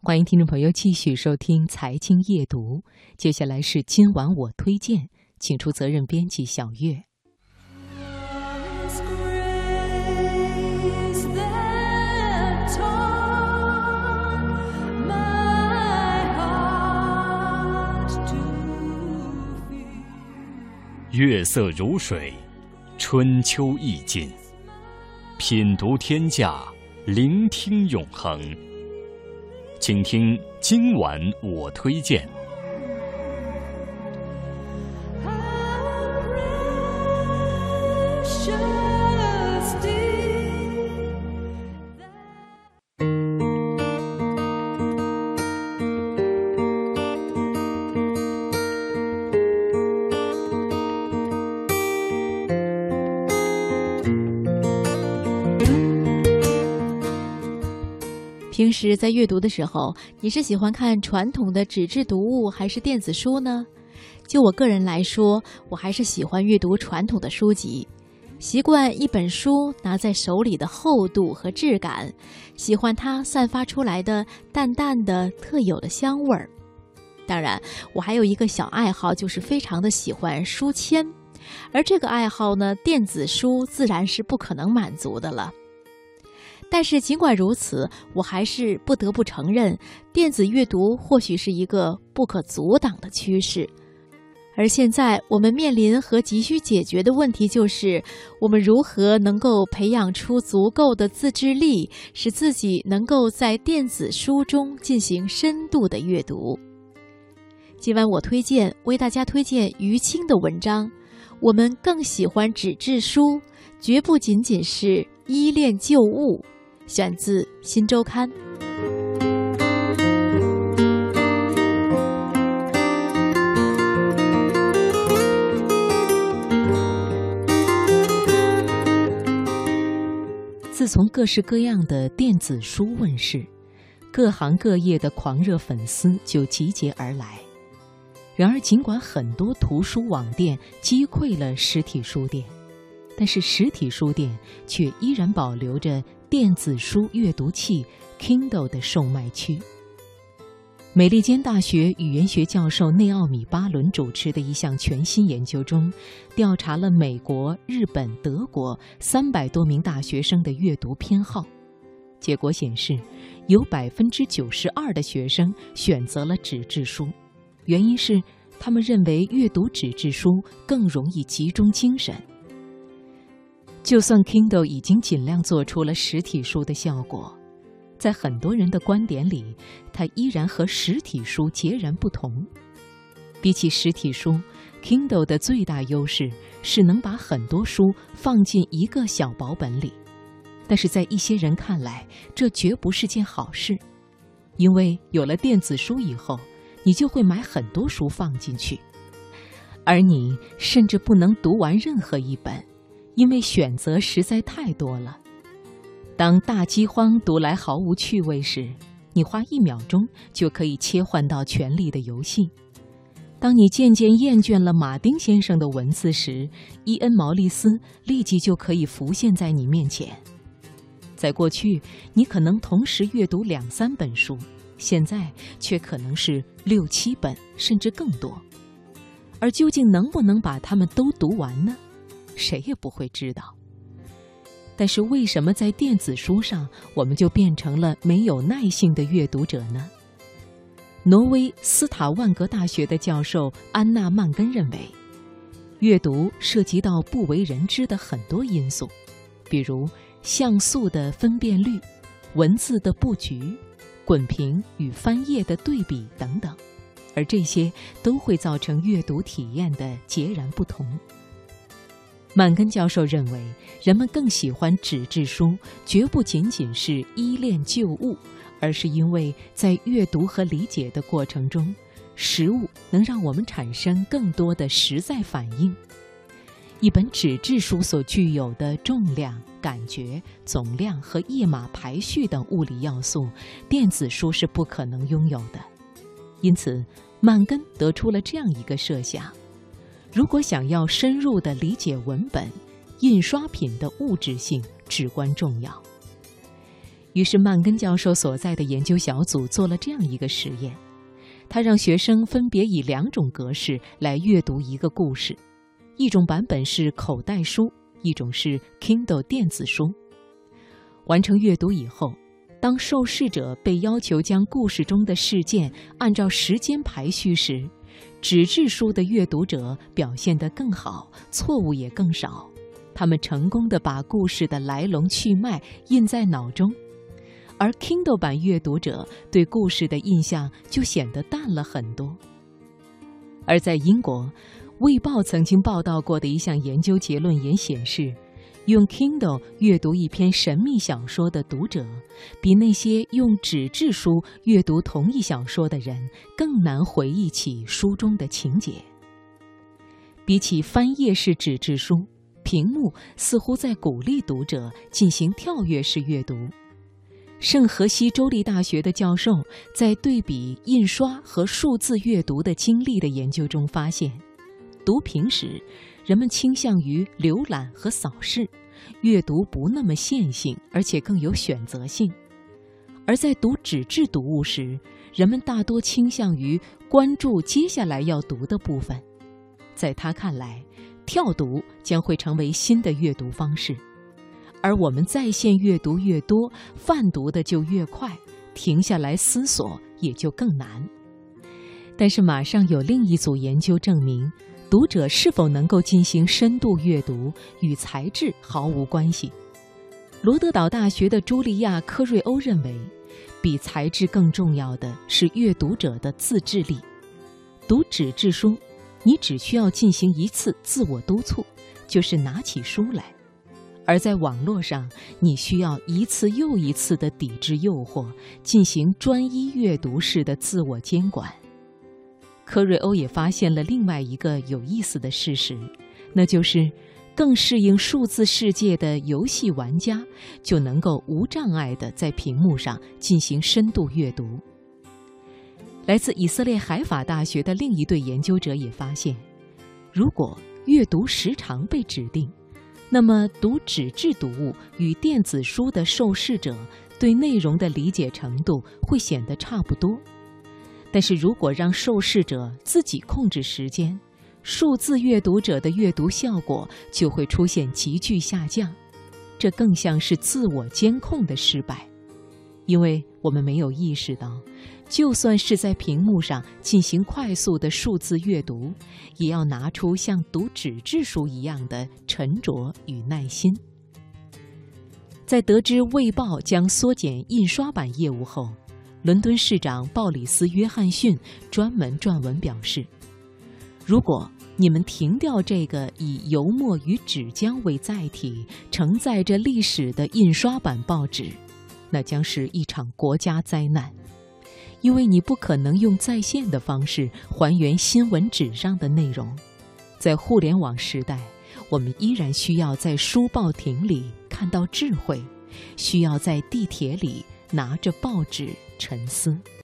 欢迎听众朋友继续收听财经夜读，接下来是今晚我推荐，请出责任编辑小月。 月色如水，春秋意境，品读天下，聆听永恒。请听今晚我推荐。 平时在阅读的时候，你是喜欢看传统的纸质读物还是电子书呢？就我个人来说，我还是喜欢阅读传统的书籍，习惯一本书拿在手里的厚度和质感，喜欢它散发出来的淡淡的特有的香味儿。当然，我还有一个小爱好，就是非常的喜欢书签，而这个爱好呢，电子书自然是不可能满足的了。但是尽管如此，我还是不得不承认，电子阅读或许是一个不可阻挡的趋势。而现在我们面临和急需解决的问题就是，我们如何能够培养出足够的自制力，使自己能够在电子书中进行深度的阅读。今晚我为大家推荐余清的文章，我们更喜欢纸质书，绝不仅仅是依恋旧物，选自《新周刊》。 自从各式各样的电子书问世，各行各业的狂热粉丝就集结而来。然而，尽管很多图书网店击溃了实体书店，但是实体书店却依然保留着电子书阅读器 Kindle 的售卖区。美利坚大学语言学教授内奥米·巴伦主持的一项全新研究中，调查了美国、日本、德国300多名大学生的阅读偏好。结果显示，有92%的学生选择了纸质书，原因是他们认为阅读纸质书更容易集中精神。就算 Kindle 已经尽量做出了实体书的效果，在很多人的观点里，它依然和实体书截然不同。比起实体书， Kindle 的最大优势是能把很多书放进一个小薄本里。但是在一些人看来，这绝不是件好事，因为有了电子书以后，你就会买很多书放进去，而你甚至不能读完任何一本，因为选择实在太多了。当大饥荒读来毫无趣味时，你花1秒钟就可以切换到《权力的游戏》。当你渐渐厌倦了马丁先生的文字时，伊恩·毛利斯立即就可以浮现在你面前。在过去，你可能同时阅读2-3本书，现在却可能是6-7本，甚至更多。而究竟能不能把它们都读完呢？谁也不会知道。但是为什么在电子书上，我们就变成了没有耐性的阅读者呢？挪威斯塔万格大学的教授安娜曼根认为，阅读涉及到不为人知的很多因素，比如像素的分辨率、文字的布局、滚屏与翻页的对比等等，而这些都会造成阅读体验的截然不同。曼根教授认为，人们更喜欢纸质书，绝不仅仅是依恋旧物，而是因为在阅读和理解的过程中，实物能让我们产生更多的实在反应。一本纸质书所具有的重量、感觉、总量和页码排序等物理要素，电子书是不可能拥有的。因此，曼根得出了这样一个设想：如果想要深入地理解文本，印刷品的物质性至关重要。 于是曼根教授所在的研究小组做了这样一个实验，他让学生分别以2种格式来阅读一个故事，一种版本是口袋书，一种是 Kindle 电子书。完成阅读以后，当受试者被要求将故事中的事件按照时间排序时，纸质书的阅读者表现得更好，错误也更少，他们成功地把故事的来龙去脉印在脑中，而 Kindle 版阅读者对故事的印象就显得淡了很多。而在英国，《卫报》曾经报道过的一项研究结论也显示，用 Kindle 阅读一篇神秘小说的读者，比那些用纸质书阅读同一小说的人更难回忆起书中的情节。比起翻页式纸质书，屏幕似乎在鼓励读者进行跳跃式阅读。圣荷西州立大学的教授在对比印刷和数字阅读的经历的研究中发现，读屏时人们倾向于浏览和扫视，阅读不那么线性，而且更有选择性。而在读纸质读物时，人们大多倾向于关注接下来要读的部分。在他看来，跳读将会成为新的阅读方式，而我们在线阅读越多，泛读的就越快，停下来思索也就更难。但是马上有另一组研究证明，读者是否能够进行深度阅读与材质毫无关系。罗德岛大学的茱莉亚·科瑞欧认为，比材质更重要的是阅读者的自制力。读纸质书，你只需要进行一次自我督促，就是拿起书来；而在网络上，你需要一次又一次地抵制诱惑，进行专一阅读式的自我监管。科瑞欧也发现了另外一个有意思的事实，那就是更适应数字世界的游戏玩家就能够无障碍地在屏幕上进行深度阅读。来自以色列海法大学的另一对研究者也发现，如果阅读时长被指定，那么读纸质读物与电子书的受试者对内容的理解程度会显得差不多。但是如果让受试者自己控制时间，数字阅读者的阅读效果就会出现急剧下降，这更像是自我监控的失败。因为我们没有意识到，就算是在屏幕上进行快速的数字阅读，也要拿出像读纸质书一样的沉着与耐心。在得知《卫报》将缩减印刷版业务后，伦敦市长鲍里斯·约翰逊专门撰文表示，如果你们停掉这个以油墨与纸浆为载体承载着历史的印刷版报纸，那将是一场国家灾难，因为你不可能用在线的方式还原新闻纸上的内容。在互联网时代，我们依然需要在书报亭里看到智慧，需要在地铁里拿着报纸沉思。